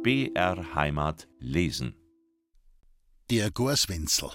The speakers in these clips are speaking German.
BR Heimat lesen. Der Gorswenzel.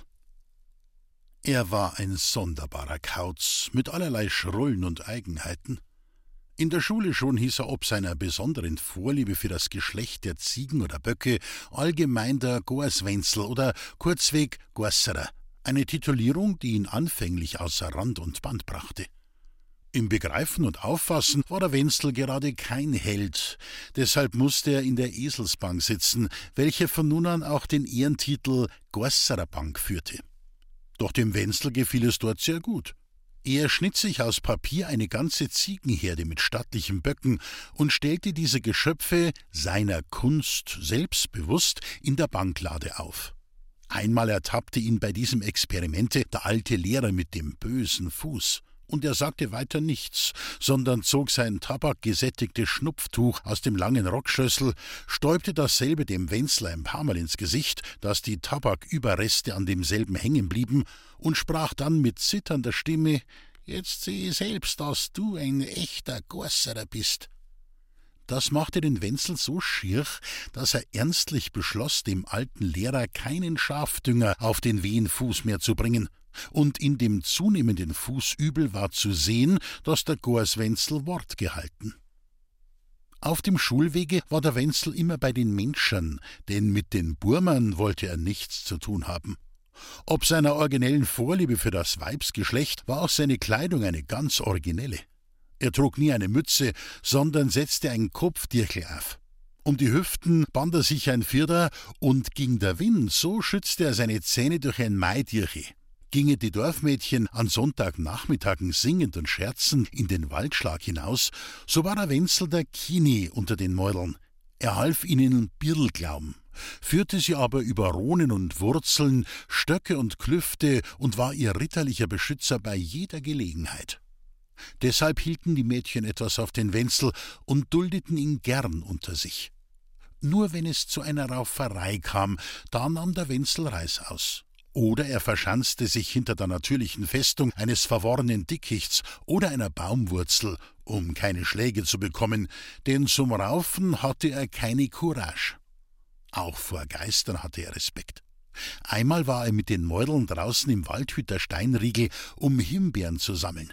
Er war ein sonderbarer Kauz mit allerlei Schrullen und Eigenheiten. In der Schule schon hieß er ob seiner besonderen Vorliebe für das Geschlecht der Ziegen oder Böcke allgemein der Gorswenzel oder kurzweg Gorserer, eine Titulierung, die ihn anfänglich außer Rand und Band brachte. Im Begreifen und Auffassen war der Wenzel gerade kein Held, deshalb musste er in der Eselsbank sitzen, welche von nun an auch den Ehrentitel Gorserer Bank führte. Doch dem Wenzel gefiel es dort sehr gut. Er schnitt sich aus Papier eine ganze Ziegenherde mit stattlichen Böcken und stellte diese Geschöpfe seiner Kunst selbstbewusst in der Banklade auf. Einmal ertappte ihn bei diesem Experimente der alte Lehrer mit dem bösen Fuß. Und er sagte weiter nichts, sondern zog sein tabakgesättigtes Schnupftuch aus dem langen Rockschössel, stäubte dasselbe dem Wenzel ein paar Mal ins Gesicht, dass die Tabaküberreste an demselben hängen blieben, und sprach dann mit zitternder Stimme: »Jetzt sehe selbst, dass du ein echter Gorserer bist.« Das machte den Wenzel so schier, dass er ernstlich beschloss, dem alten Lehrer keinen Schafdünger auf den wehen Fuß mehr zu bringen. Und in dem zunehmenden Fußübel war zu sehen, dass der Gorswenzel Wort gehalten. Auf dem Schulwege war der Wenzel immer bei den Menschern, denn mit den Burmern wollte er nichts zu tun haben. Ob seiner originellen Vorliebe für das Weibsgeschlecht war auch seine Kleidung eine ganz originelle. Er trug nie eine Mütze, sondern setzte ein Kopfdirchel auf. Um die Hüften band er sich ein Vierter, und ging der Wind, so schützte er seine Zähne durch ein Maidirche. Ginge die Dorfmädchen an Sonntagnachmittagen singend und scherzend in den Waldschlag hinaus, so war der Wenzel der Kini unter den Mäudeln. Er half ihnen Birl glauben, führte sie aber über Rohnen und Wurzeln, Stöcke und Klüfte und war ihr ritterlicher Beschützer bei jeder Gelegenheit. Deshalb hielten die Mädchen etwas auf den Wenzel und duldeten ihn gern unter sich. Nur wenn es zu einer Rauferei kam, da nahm der Wenzel Reißaus. Oder er verschanzte sich hinter der natürlichen Festung eines verworrenen Dickichts oder einer Baumwurzel, um keine Schläge zu bekommen, denn zum Raufen hatte er keine Courage. Auch vor Geistern hatte er Respekt. Einmal war er mit den Mäudeln draußen im Waldhütter Steinriegel, um Himbeeren zu sammeln.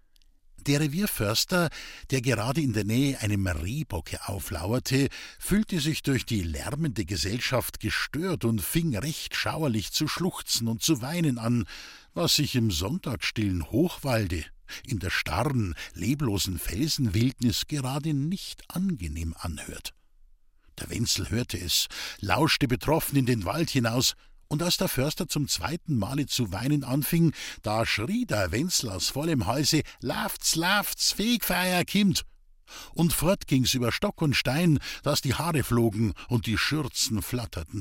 Der Revierförster, der gerade in der Nähe einem Rehbocke auflauerte, fühlte sich durch die lärmende Gesellschaft gestört und fing recht schauerlich zu schluchzen und zu weinen an, was sich im sonntagsstillen Hochwalde, in der starren, leblosen Felsenwildnis gerade nicht angenehm anhört. Der Wenzel hörte es, lauschte betroffen in den Wald hinaus, und als der Förster zum zweiten Male zu weinen anfing, da schrie der Wenzel aus vollem Halse: »Lauft's, lauft's, Fegfeier kimmt!« Und fort ging's über Stock und Stein, dass die Haare flogen und die Schürzen flatterten.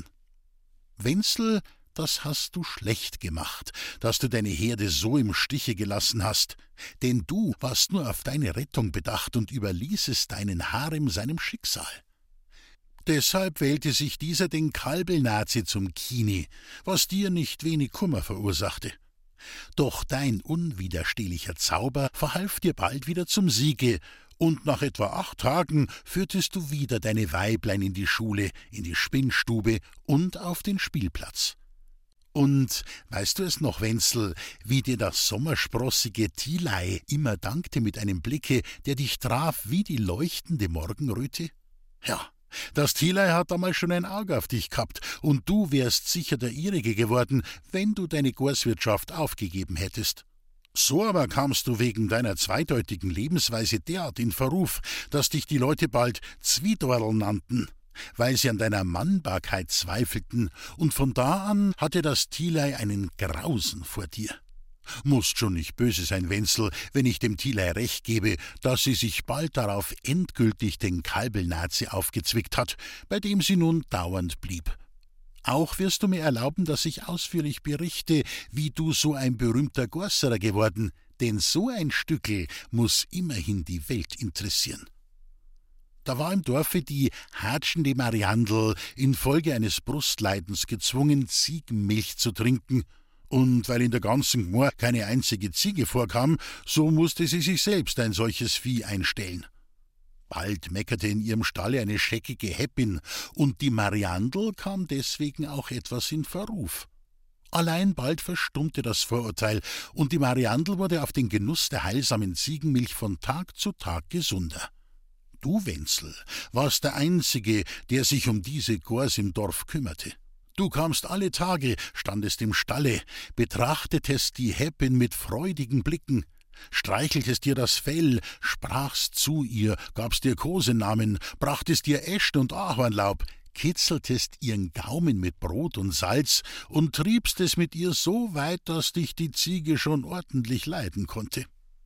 »Wenzel, das hast du schlecht gemacht, dass du deine Herde so im Stiche gelassen hast, denn du warst nur auf deine Rettung bedacht und überließest deinen Harem seinem Schicksal. Deshalb wählte sich dieser den Kalbelnazi zum Kini, was dir nicht wenig Kummer verursachte. Doch dein unwiderstehlicher Zauber verhalf dir bald wieder zum Siege, und nach etwa 8 Tagen führtest du wieder deine Weiblein in die Schule, in die Spinnstube und auf den Spielplatz. Und weißt du es noch, Wenzel, wie dir das sommersprossige Tilei immer dankte mit einem Blicke, der dich traf wie die leuchtende Morgenröte? Ja, das Tilei hat damals schon ein Auge auf dich gehabt, und du wärst sicher der ihrige geworden, wenn du deine Gorswirtschaft aufgegeben hättest. So aber kamst du wegen deiner zweideutigen Lebensweise derart in Verruf, dass dich die Leute bald Zwiedorl nannten, weil sie an deiner Mannbarkeit zweifelten, und von da an hatte das Tilei einen Grausen vor dir. Mußt schon nicht böse sein, Wenzel, wenn ich dem Tilei recht gebe, dass sie sich bald darauf endgültig den Kalbelnazi aufgezwickt hat, bei dem sie nun dauernd blieb. Auch wirst du mir erlauben, dass ich ausführlich berichte, wie du so ein berühmter Gorserer geworden, denn so ein Stückel muß immerhin die Welt interessieren. Da war im Dorfe die hatschende Mariandl infolge eines Brustleidens gezwungen, Ziegenmilch zu trinken, und weil in der ganzen Gmor keine einzige Ziege vorkam, so musste sie sich selbst ein solches Vieh einstellen. Bald meckerte in ihrem Stalle eine scheckige Heppin, und die Mariandel kam deswegen auch etwas in Verruf. Allein bald verstummte das Vorurteil, und die Mariandel wurde auf den Genuss der heilsamen Ziegenmilch von Tag zu Tag gesunder. Du, Wenzel, warst der Einzige, der sich um diese Gors im Dorf kümmerte. Du kamst alle Tage, standest im Stalle, betrachtetest die Heppin mit freudigen Blicken, streicheltest ihr das Fell, sprachst zu ihr, gabst ihr Kosenamen, brachtest ihr Äst und Ahornlaub, kitzeltest ihren Gaumen mit Brot und Salz und triebst es mit ihr so weit, dass dich die Ziege schon ordentlich leiden konnte.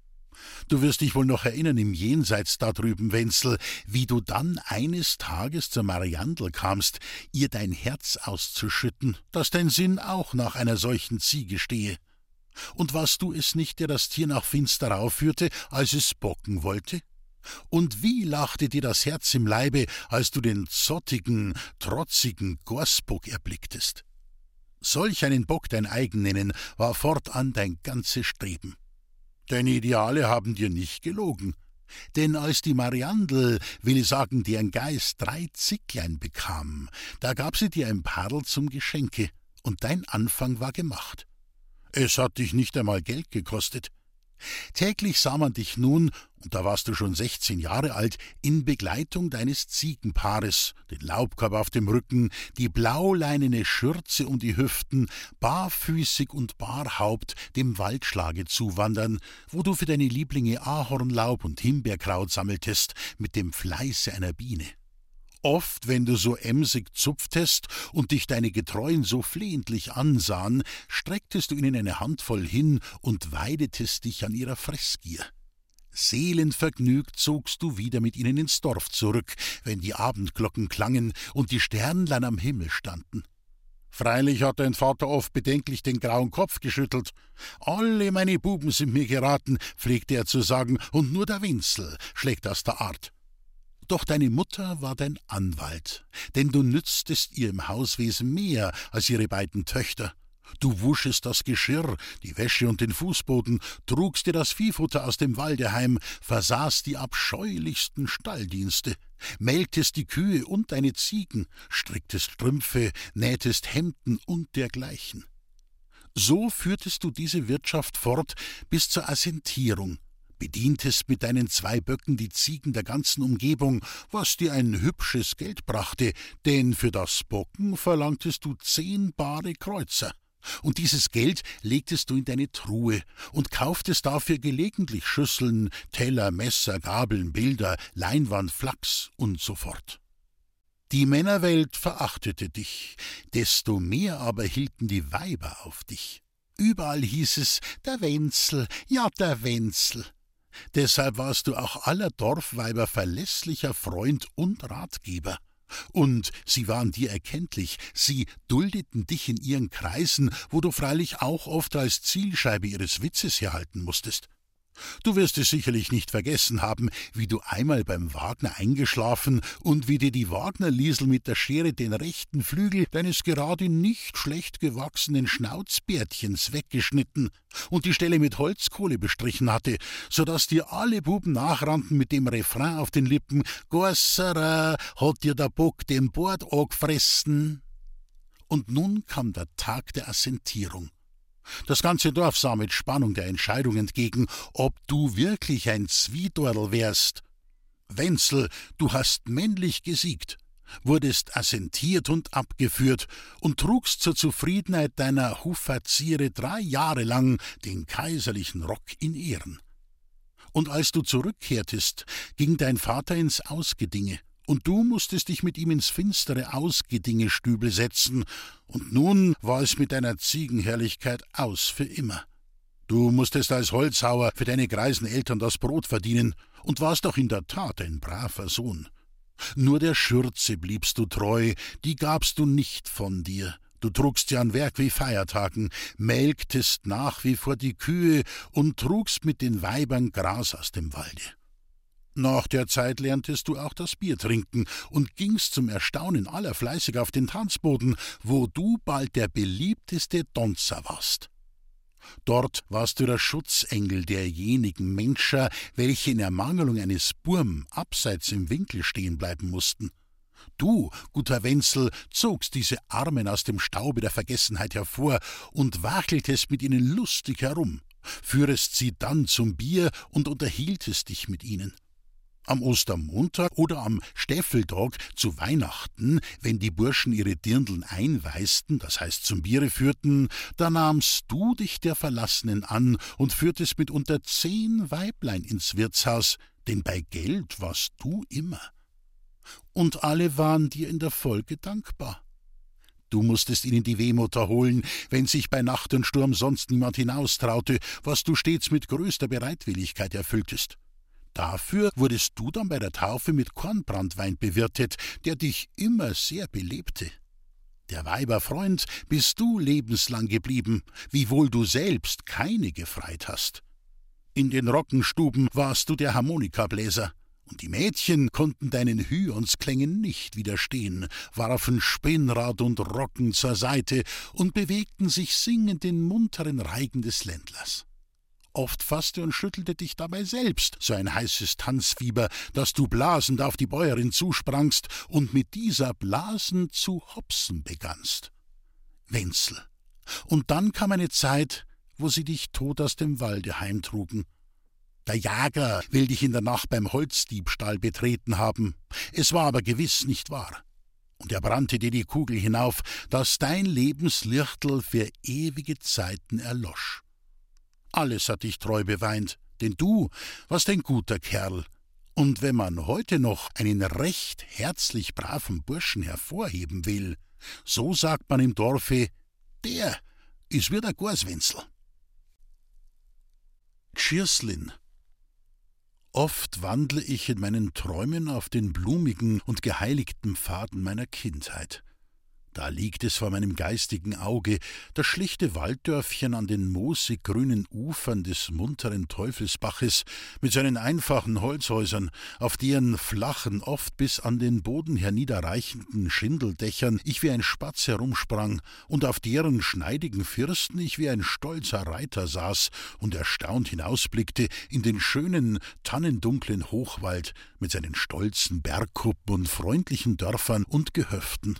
Du wirst dich wohl noch erinnern im Jenseits da drüben, Wenzel, wie du dann eines Tages zur Mariandel kamst, ihr dein Herz auszuschütten, dass dein Sinn auch nach einer solchen Ziege stehe. Und warst du es nicht, der das Tier nach finster aufführte, als es bocken wollte? Und wie lachte dir das Herz im Leibe, als du den zottigen, trotzigen Gorsbock erblicktest? Solch einen Bock dein eigen nennen, war fortan dein ganzes Streben. Deine Ideale haben dir nicht gelogen. Denn als die Mariandel, will sagen, deren Geist 3 Zicklein bekam, da gab sie dir ein Paarl zum Geschenke, und dein Anfang war gemacht. Es hat dich nicht einmal Geld gekostet. Täglich sah man dich nun, und da warst du schon 16 Jahre alt, in Begleitung deines Ziegenpaares, den Laubkorb auf dem Rücken, die blauleinene Schürze um die Hüften, barfüßig und barhaupt dem Waldschlage zuwandern, wo du für deine Lieblinge Ahornlaub und Himbeerkraut sammeltest, mit dem Fleiße einer Biene. Oft, wenn du so emsig zupftest und dich deine Getreuen so flehentlich ansahen, strecktest du ihnen eine Handvoll hin und weidetest dich an ihrer Fressgier. Seelenvergnügt zogst du wieder mit ihnen ins Dorf zurück, wenn die Abendglocken klangen und die Sternlein am Himmel standen. Freilich hat dein Vater oft bedenklich den grauen Kopf geschüttelt. »Alle meine Buben sind mir geraten«, pflegte er zu sagen, »und nur der Wenzel schlägt aus der Art.« Doch deine Mutter war dein Anwalt, denn du nütztest ihr im Hauswesen mehr als ihre beiden Töchter. Du wuschest das Geschirr, die Wäsche und den Fußboden, trugst dir das Viehfutter aus dem Walde heim, versahst die abscheulichsten Stalldienste, melktest die Kühe und deine Ziegen, stricktest Strümpfe, nähtest Hemden und dergleichen. So führtest du diese Wirtschaft fort bis zur Assentierung, bedientest mit deinen 2 Böcken die Ziegen der ganzen Umgebung, was dir ein hübsches Geld brachte, denn für das Bocken verlangtest du 10 bare Kreuzer. Und dieses Geld legtest du in deine Truhe und kauftest dafür gelegentlich Schüsseln, Teller, Messer, Gabeln, Bilder, Leinwand, Flachs und so fort. Die Männerwelt verachtete dich, desto mehr aber hielten die Weiber auf dich. Überall hieß es, der Wenzel, ja der Wenzel. Deshalb warst du auch aller Dorfweiber verlässlicher Freund und Ratgeber. Und sie waren dir erkenntlich, sie duldeten dich in ihren Kreisen, wo du freilich auch oft als Zielscheibe ihres Witzes herhalten musstest. Du wirst es sicherlich nicht vergessen haben, wie du einmal beim Wagner eingeschlafen und wie dir die Wagner-Liesel mit der Schere den rechten Flügel deines gerade nicht schlecht gewachsenen Schnauzbärtchens weggeschnitten und die Stelle mit Holzkohle bestrichen hatte, so daß dir alle Buben nachrannten mit dem Refrain auf den Lippen: »Gossera, hat dir der Bock den Bord angefressen?« Und nun kam der Tag der Assentierung. Das ganze Dorf sah mit Spannung der Entscheidung entgegen, ob du wirklich ein Zwiedorl wärst. Wenzel, du hast männlich gesiegt, wurdest assentiert und abgeführt und trugst zur Zufriedenheit deiner Huffaziere 3 Jahre lang den kaiserlichen Rock in Ehren. Und als du zurückkehrtest, ging dein Vater ins Ausgedinge, und du musstest dich mit ihm ins finstere Ausgedingestübel setzen, und nun war es mit deiner Ziegenherrlichkeit aus für immer. Du musstest als Holzhauer für deine greisen Eltern das Brot verdienen und warst auch in der Tat ein braver Sohn. Nur der Schürze bliebst du treu, die gabst du nicht von dir. Du trugst ja an Werk wie Feiertagen, melktest nach wie vor die Kühe und trugst mit den Weibern Gras aus dem Walde. Nach der Zeit lerntest du auch das Bier trinken und gingst zum Erstaunen aller fleißig auf den Tanzboden, wo du bald der beliebteste Donzer warst. Dort warst du der Schutzengel derjenigen Menschen, welche in Ermangelung eines Burm abseits im Winkel stehen bleiben mussten. Du, guter Wenzel, zogst diese Armen aus dem Staube der Vergessenheit hervor und wacheltest mit ihnen lustig herum, führest sie dann zum Bier und unterhieltest dich mit ihnen. Am Ostermontag oder am Steffeltag zu Weihnachten, wenn die Burschen ihre Dirndln einweisten, das heißt zum Biere führten, da nahmst du dich der Verlassenen an und führtest mitunter 10 Weiblein ins Wirtshaus, denn bei Geld warst du immer. Und alle waren dir in der Folge dankbar. Du musstest ihnen die Wehmut erholen, wenn sich bei Nacht und Sturm sonst niemand hinaustraute, was du stets mit größter Bereitwilligkeit erfülltest. Dafür wurdest du dann bei der Taufe mit Kornbranntwein bewirtet, der dich immer sehr belebte. Der Weiberfreund bist du lebenslang geblieben, wiewohl du selbst keine gefreit hast. In den Rockenstuben warst du der Harmonikabläser, und die Mädchen konnten deinen Hyonsklängen nicht widerstehen, warfen Spinnrad und Rocken zur Seite und bewegten sich singend den munteren Reigen des Ländlers. Oft fasste und schüttelte dich dabei selbst so ein heißes Tanzfieber, dass du blasend auf die Bäuerin zusprangst und mit dieser blasend zu hopsen begannst. Wenzel. Und dann kam eine Zeit, wo sie dich tot aus dem Walde heimtrugen. Der Jäger will dich in der Nacht beim Holzdiebstahl betreten haben. Es war aber gewiss nicht wahr. Und er brannte dir die Kugel hinauf, dass dein Lebenslichtel für ewige Zeiten erlosch. Alles hat dich treu beweint, denn du warst ein guter Kerl. Und wenn man heute noch einen recht herzlich braven Burschen hervorheben will, so sagt man im Dorfe, der ist wie der Gorswenzel. Tschirslin. Oft wandle ich in meinen Träumen auf den blumigen und geheiligten Pfaden meiner Kindheit. Da liegt es vor meinem geistigen Auge, das schlichte Walddörfchen an den moosig grünen Ufern des munteren Teufelsbaches mit seinen einfachen Holzhäusern, auf deren flachen, oft bis an den Boden herniederreichenden Schindeldächern ich wie ein Spatz herumsprang und auf deren schneidigen Firsten ich wie ein stolzer Reiter saß und erstaunt hinausblickte in den schönen, tannendunklen Hochwald mit seinen stolzen Bergkuppen und freundlichen Dörfern und Gehöften.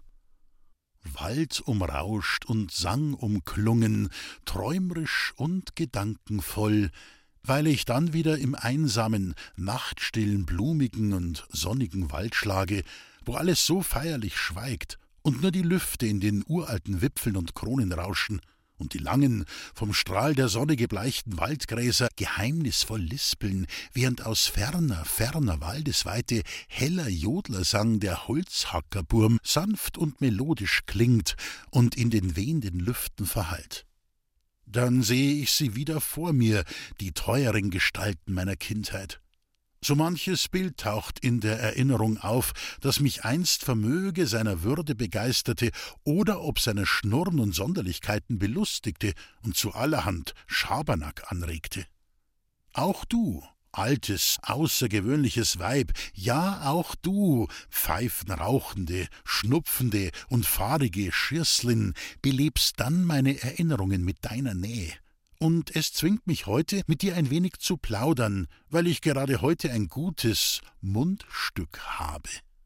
Wald umrauscht und Sang umklungen, träumerisch und gedankenvoll, weil ich dann wieder im einsamen, nachtstillen, blumigen und sonnigen Wald schlage, wo alles so feierlich schweigt und nur die Lüfte in den uralten Wipfeln und Kronen rauschen und die langen, vom Strahl der Sonne gebleichten Waldgräser geheimnisvoll lispeln, während aus ferner Waldesweite heller Jodlersang der Holzhackerburm sanft und melodisch klingt und in den wehenden Lüften verhallt. Dann sehe ich sie wieder vor mir, die teueren Gestalten meiner Kindheit. So manches Bild taucht in der Erinnerung auf, das mich einst vermöge seiner Würde begeisterte oder ob seiner Schnurren und Sonderlichkeiten belustigte und zu allerhand Schabernack anregte. Auch du, altes, außergewöhnliches Weib, ja auch du, pfeifenrauchende, schnupfende und fahrige Schirslin, belebst dann meine Erinnerungen mit deiner Nähe. Und es zwingt mich heute, mit dir ein wenig zu plaudern, weil ich gerade heute ein gutes Mundstück habe.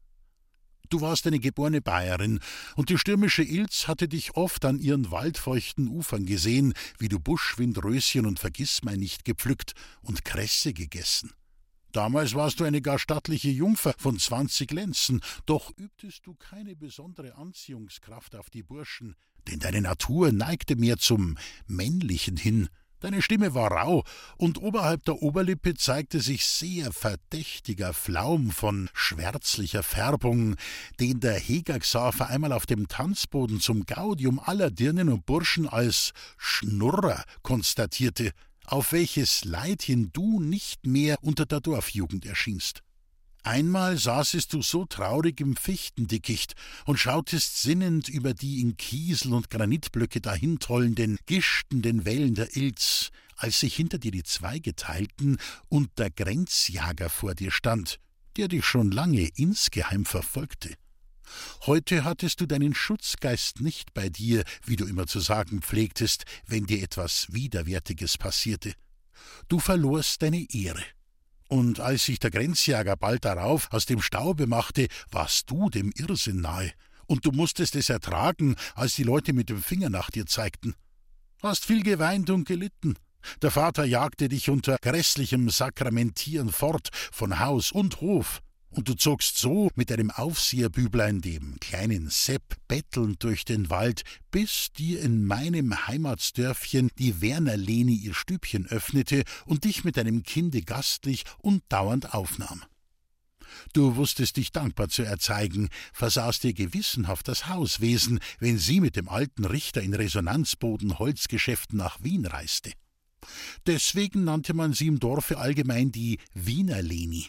Du warst eine geborene Bayerin, und die stürmische Ilz hatte dich oft an ihren waldfeuchten Ufern gesehen, wie du Buschwindröschen und Vergissmeinnicht gepflückt und Kresse gegessen. Damals warst du eine gar stattliche Jungfer von 20 Lenzen, doch übtest du keine besondere Anziehungskraft auf die Burschen, denn deine Natur neigte mehr zum Männlichen hin. Deine Stimme war rau, und oberhalb der Oberlippe zeigte sich sehr verdächtiger Flaum von schwärzlicher Färbung, den der Hegerxaver einmal auf dem Tanzboden zum Gaudium aller Dirnen und Burschen als Schnurrer konstatierte, auf welches Leid hin du nicht mehr unter der Dorfjugend erschienst. Einmal saßest du so traurig im Fichtendickicht und schautest sinnend über die in Kiesel und Granitblöcke dahintollenden, gischtenden Wellen der Ilz, als sich hinter dir die Zweige teilten und der Grenzjager vor dir stand, der dich schon lange insgeheim verfolgte. Heute hattest du deinen Schutzgeist nicht bei dir, wie du immer zu sagen pflegtest, wenn dir etwas Widerwärtiges passierte. Du verlorst deine Ehre. Und als sich der Grenzjäger bald darauf aus dem Staube machte, warst du dem Irrsinn nahe, und du musstest es ertragen, als die Leute mit dem Finger nach dir zeigten. Hast viel geweint und gelitten. Der Vater jagte dich unter grässlichem Sakramentieren fort, von Haus und Hof, und du zogst so mit deinem Aufseherbüblein, dem kleinen Sepp, bettelnd durch den Wald, bis dir in meinem Heimatsdörfchen die Werner-Leni ihr Stübchen öffnete und dich mit deinem Kinde gastlich und dauernd aufnahm. Du wusstest dich dankbar zu erzeigen, versaßt dir gewissenhaft das Hauswesen, wenn sie mit dem alten Richter in Resonanzboden Holzgeschäften nach Wien reiste. Deswegen nannte man sie im Dorfe allgemein die Wiener-Leni.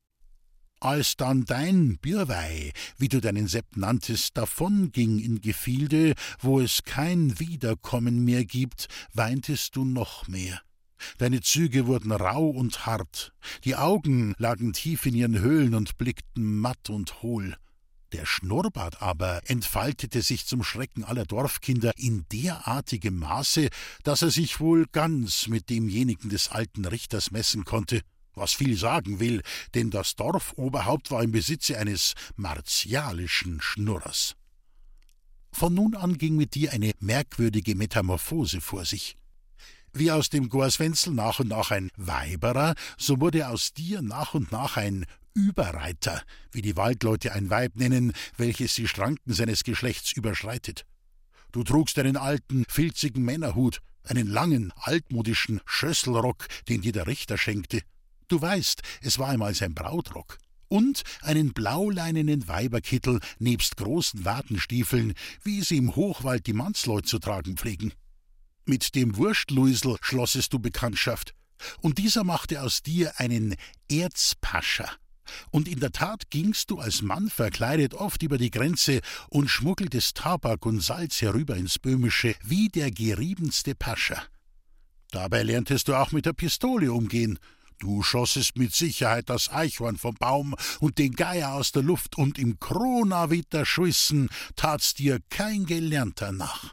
Als dann dein Birwei, wie du deinen Sepp nanntest, davonging in Gefilde, wo es kein Wiederkommen mehr gibt, weintest du noch mehr. Deine Züge wurden rau und hart, die Augen lagen tief in ihren Höhlen und blickten matt und hohl. Der Schnurrbart aber entfaltete sich zum Schrecken aller Dorfkinder in derartigem Maße, dass er sich wohl ganz mit demjenigen des alten Richters messen konnte, was viel sagen will, denn das Dorfoberhaupt war im Besitze eines martialischen Schnurrers. Von nun an ging mit dir eine merkwürdige Metamorphose vor sich. Wie aus dem Gorswenzel nach und nach ein Weiberer, so wurde aus dir nach und nach ein Überreiter, wie die Waldleute ein Weib nennen, welches die Schranken seines Geschlechts überschreitet. Du trugst einen alten, filzigen Männerhut, einen langen, altmodischen Schösselrock, den dir der Richter schenkte. Du weißt, es war einmal sein Brautrock. Und einen blauleinenen Weiberkittel nebst großen Wadenstiefeln, wie sie im Hochwald die Mannsleut zu tragen pflegen. Mit dem Wurstluisel schlossest du Bekanntschaft, und dieser machte aus dir einen Erzpascher. Und in der Tat gingst du als Mann verkleidet oft über die Grenze und schmuggeltest Tabak und Salz herüber ins Böhmische, wie der geriebenste Pascher. Dabei lerntest du auch mit der Pistole umgehen. Du schossest mit Sicherheit das Eichhorn vom Baum und den Geier aus der Luft, und im Kronawitter schießen tat's dir kein Gelernter nach.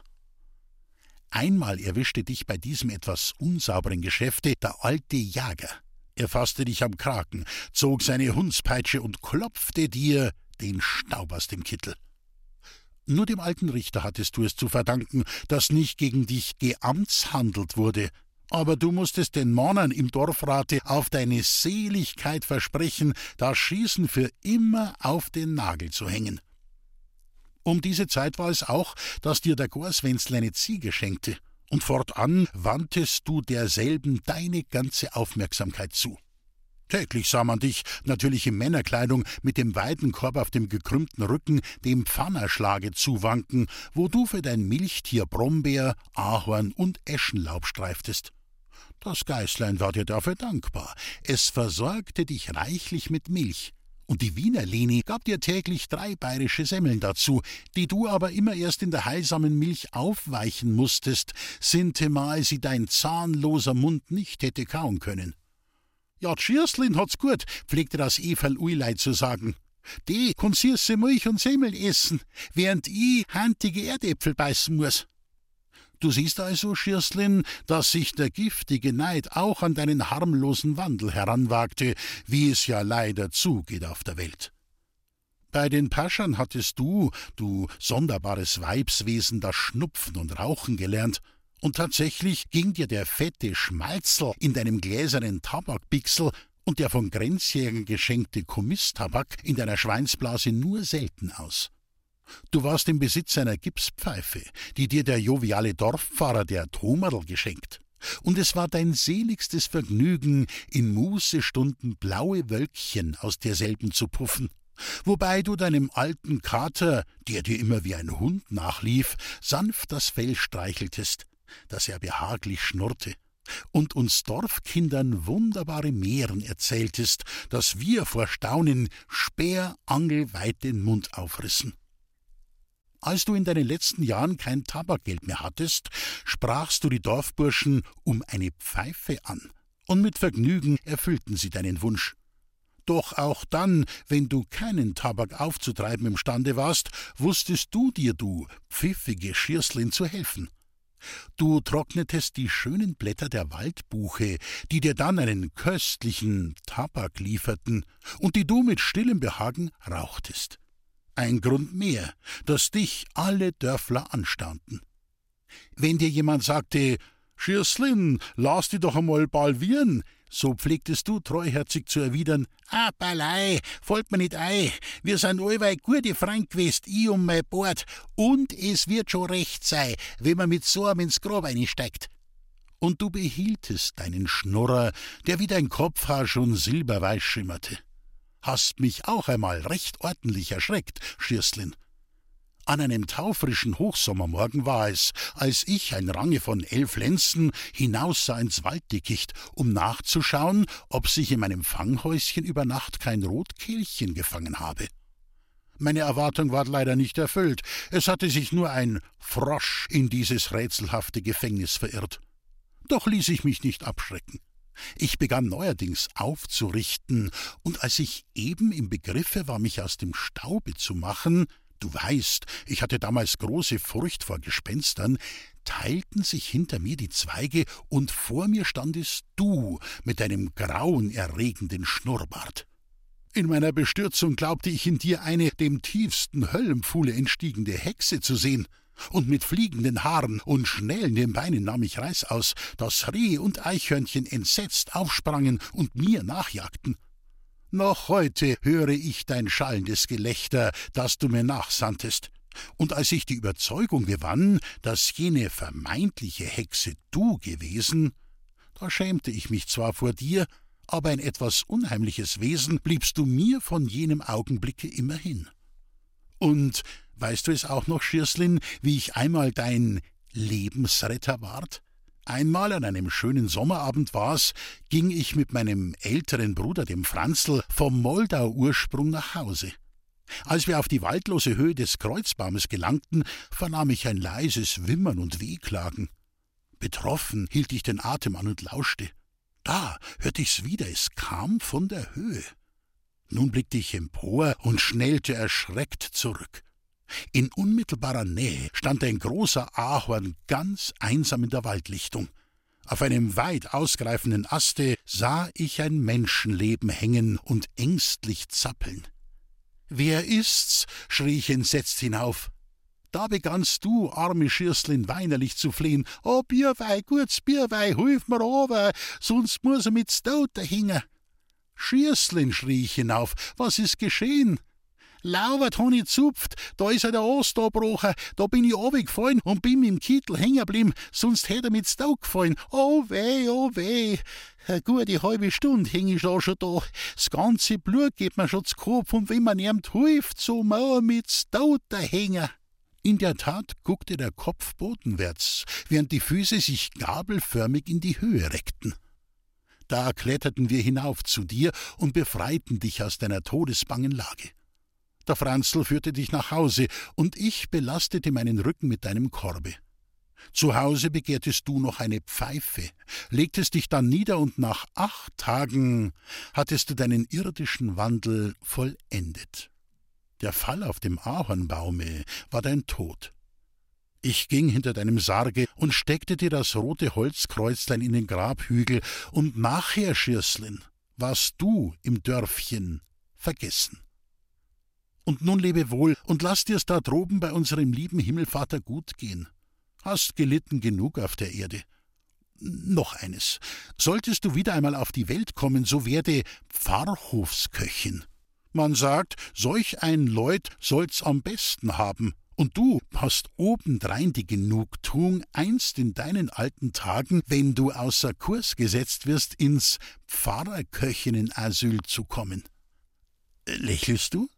Einmal erwischte dich bei diesem etwas unsauberen Geschäfte der alte Jager. Er fasste dich am Kragen, zog seine Hundspeitsche und klopfte dir den Staub aus dem Kittel. Nur dem alten Richter hattest du es zu verdanken, dass nicht gegen dich geamtshandelt wurde, aber du musstest den Männern im Dorfrate auf deine Seligkeit versprechen, das Schießen für immer auf den Nagel zu hängen. Um diese Zeit war es auch, dass dir der Gorswenzel eine Ziege schenkte, und fortan wandtest du derselben deine ganze Aufmerksamkeit zu. Täglich sah man dich, natürlich in Männerkleidung, mit dem Weidenkorb auf dem gekrümmten Rücken dem Pfannerschlage zuwanken, wo du für dein Milchtier Brombeer, Ahorn und Eschenlaub streiftest. Das Geißlein war dir dafür dankbar. Es versorgte dich reichlich mit Milch. Und die Wiener-Leni gab dir täglich 3 bayerische Semmeln dazu, die du aber immer erst in der heilsamen Milch aufweichen musstest, sintemal sie dein zahnloser Mund nicht hätte kauen können. Ja, Tschirslin hat's gut, pflegte das Eferl Uilei zu sagen. Die kann süße Milch und Semmel essen, während ich handige Erdäpfel beißen muss. Du siehst also, Schirslin, dass sich der giftige Neid auch an deinen harmlosen Wandel heranwagte, wie es ja leider zugeht auf der Welt. Bei den Paschern hattest du sonderbares Weibswesen, das Schnupfen und Rauchen gelernt, und tatsächlich ging dir der fette Schmalzl in deinem gläsernen Tabakbixel und der von Grenzjägern geschenkte Komisstabak in deiner Schweinsblase nur selten aus. Du warst im Besitz einer Gipspfeife, die dir der joviale Dorfpfarrer, der Thomerl, geschenkt. Und es war dein seligstes Vergnügen, in Mußestunden blaue Wölkchen aus derselben zu puffen, wobei du deinem alten Kater, der dir immer wie ein Hund nachlief, sanft das Fell streicheltest, dass er behaglich schnurrte, und uns Dorfkindern wunderbare Mären erzähltest, dass wir vor Staunen spärangelweit den Mund aufrissen. Als du in deinen letzten Jahren kein Tabakgeld mehr hattest, sprachst du die Dorfburschen um eine Pfeife an, und mit Vergnügen erfüllten sie deinen Wunsch. Doch auch dann, wenn du keinen Tabak aufzutreiben imstande warst, wusstest du dir, du pfiffige Schirslin, zu helfen. Du trocknetest die schönen Blätter der Waldbuche, die dir dann einen köstlichen Tabak lieferten und die du mit stillem Behagen rauchtest. Ein Grund mehr, dass dich alle Dörfler anstaunten. Wenn dir jemand sagte, »Schirslin, lass dich doch einmal balvieren«, so pflegtest du treuherzig zu erwidern, »Ballei, folgt mir nicht ein, wir sind allweil gute Freund gewesen, ich und mein Bord, und es wird schon recht sein, wenn man mit so einem ins Grab einsteigt.« Und du behieltest deinen Schnurrer, der wie dein Kopfhaar schon silberweiß schimmerte. Hast mich auch einmal recht ordentlich erschreckt, Schirslin. An einem taufrischen Hochsommermorgen war es, als ich, ein Range von 11 Lenzen, hinaussah ins Walddickicht, um nachzuschauen, ob sich in meinem Fanghäuschen über Nacht kein Rotkehlchen gefangen habe. Meine Erwartung ward leider nicht erfüllt, es hatte sich nur ein Frosch in dieses rätselhafte Gefängnis verirrt. Doch ließ ich mich nicht abschrecken. Ich begann neuerdings aufzurichten, und als ich eben im Begriffe war, mich aus dem Staube zu machen, du weißt, ich hatte damals große Furcht vor Gespenstern, teilten sich hinter mir die Zweige, und vor mir standest du mit deinem grauenerregenden Schnurrbart. In meiner Bestürzung glaubte ich in dir eine dem tiefsten Höllenpfuhle entstiegende Hexe zu sehen, und mit fliegenden Haaren und schnellenden Beinen nahm ich Reißaus, dass Reh und Eichhörnchen entsetzt aufsprangen und mir nachjagten. Noch heute höre ich dein schallendes Gelächter, das du mir nachsandtest, und als ich die Überzeugung gewann, dass jene vermeintliche Hexe du gewesen, da schämte ich mich zwar vor dir, aber ein etwas unheimliches Wesen bliebst du mir von jenem Augenblicke immerhin. Und weißt du es auch noch, Schirslin, wie ich einmal dein Lebensretter ward? Einmal an einem schönen Sommerabend war's, ging ich mit meinem älteren Bruder, dem Franzl, vom Moldau-Ursprung nach Hause. Als wir auf die waldlose Höhe des Kreuzbaumes gelangten, vernahm ich ein leises Wimmern und Wehklagen. Betroffen hielt ich den Atem an und lauschte. Da hörte ich's wieder, es kam von der Höhe. Nun blickte ich empor und schnellte erschreckt zurück. In unmittelbarer Nähe stand ein großer Ahorn ganz einsam in der Waldlichtung. Auf einem weit ausgreifenden Aste sah ich ein Menschenleben hängen und ängstlich zappeln. »Wer ist's?« schrie ich entsetzt hinauf. Da begannst du, arme Schirslin, weinerlich zu flehen. »Oh, Bierwei, gutes Bierwei, hilf mir runter, sonst muss er mit Tod hängen.« »Schirslin«, schrie ich hinauf, »was ist geschehen?« »Laubert han ich zupft, da ist der Ast abgebrochen, da bin ich runtergefallen und bin mit dem Kittel hängen geblieben, sonst hätte er mit Tod gefallen. Oh weh, oh weh. Eine gute halbe Stunde häng ich schon da. Das ganze Blut geht mir schon zu Kopf, und wenn man ihm hilft, so mau mit Tod hängen.« In der Tat guckte der Kopf bodenwärts, während die Füße sich gabelförmig in die Höhe reckten. Da kletterten wir hinauf zu dir und befreiten dich aus deiner todesbangen Lage. Der Franzl führte dich nach Hause, und ich belastete meinen Rücken mit deinem Korbe. Zu Hause begehrtest du noch eine Pfeife, legtest dich dann nieder, und nach 8 Tagen hattest du deinen irdischen Wandel vollendet. Der Fall auf dem Ahornbaume war dein Tod. Ich ging hinter deinem Sarge und steckte dir das rote Holzkreuzlein in den Grabhügel, und nachher, Schirslin, warst du im Dörfchen vergessen. Und nun lebe wohl und lass dir's da droben bei unserem lieben Himmelvater gut gehen. Hast gelitten genug auf der Erde. Noch eines. Solltest du wieder einmal auf die Welt kommen, so werde Pfarrhofsköchin. Man sagt, solch ein Leut soll's am besten haben. Und du hast obendrein die Genugtuung, einst in deinen alten Tagen, wenn du außer Kurs gesetzt wirst, ins Pfarrerköchinnen-Asyl zu kommen. Lächelst du?